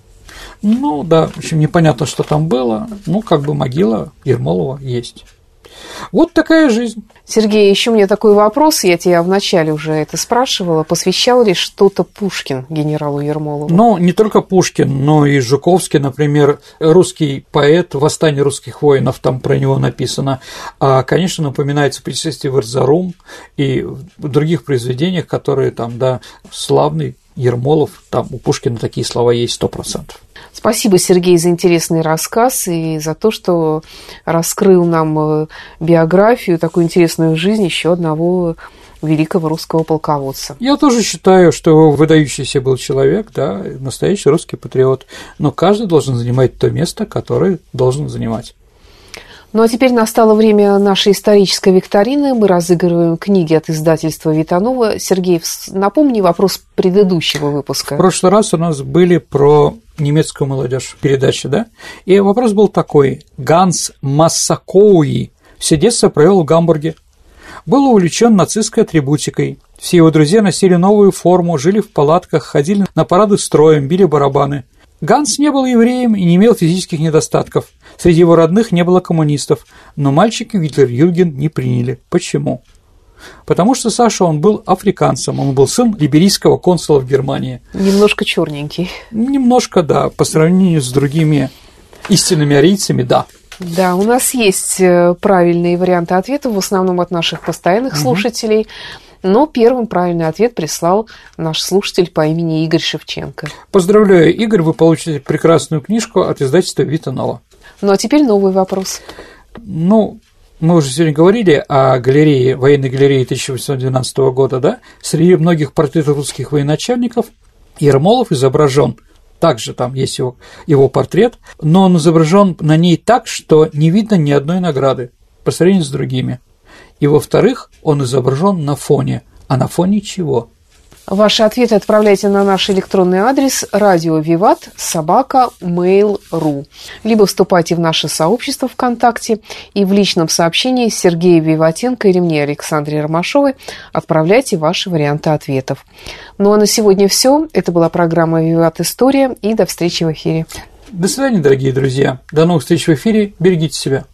Ну да, в общем, непонятно, что там было, ну как бы могила Ермолова есть. Вот такая жизнь. Сергей, еще у меня такой вопрос, я тебя вначале уже это спрашивала, посвящал ли что-то Пушкин генералу Ермолову? Ну, не только Пушкин, но и Жуковский, например, русский поэт «Восстание русских воинов», там про него написано, а, конечно, напоминается «Путешествие в Эрзарум» и в других произведениях, которые там, да, славный Ермолов, там у Пушкина такие слова есть сто процентов. Спасибо, Сергей, за интересный рассказ и за то, что раскрыл нам биографию, такую интересную жизнь еще одного великого русского полководца. Я тоже считаю, что выдающийся был человек, да, настоящий русский патриот, но каждый должен занимать то место, которое должен занимать. Ну а теперь настало время нашей исторической викторины. Мы разыгрываем книги от издательства Витанова. Сергей, напомни вопрос предыдущего выпуска. В прошлый раз у нас были про немецкую молодежь передачи, да? И вопрос был такой. Ганс Массакоуи все детство провел в Гамбурге. Был увлечен нацистской атрибутикой. Все его друзья носили новую форму, жили в палатках, ходили на парады строем, били барабаны. Ганс не был евреем и не имел физических недостатков. Среди его родных не было коммунистов, но мальчики Гитлер-Юрген не приняли. Почему? Потому что Саша, он был африканцем, он был сын либерийского консула в Германии. Немножко черненький. Немножко, да, по сравнению с другими истинными арийцами, да. Да, у нас есть правильные варианты ответов, в основном от наших постоянных угу. слушателей. Но первым правильный ответ прислал наш слушатель по имени Игорь Шевченко. Поздравляю, Игорь, вы получите прекрасную книжку от издательства Витанова. Ну а теперь новый вопрос. Ну, мы уже сегодня говорили о галерее, военной галерее тысяча восемьсот двенадцатого года, да? Среди многих портретов русских военачальников Ермолов изображен. Также там есть его, его портрет, но он изображен на ней так, что не видно ни одной награды по сравнению с другими. И, во-вторых, он изображен на фоне. А на фоне чего? Ваши ответы отправляйте на наш электронный адрес радио Виват собака мейл точка ру, либо вступайте в наше сообщество ВКонтакте и в личном сообщении Сергею Виватенко или мне, Александре Ромашовой, отправляйте ваши варианты ответов. Ну а на сегодня все. Это была программа «Виват История», и до встречи в эфире. До свидания, дорогие друзья. До новых встреч в эфире. Берегите себя.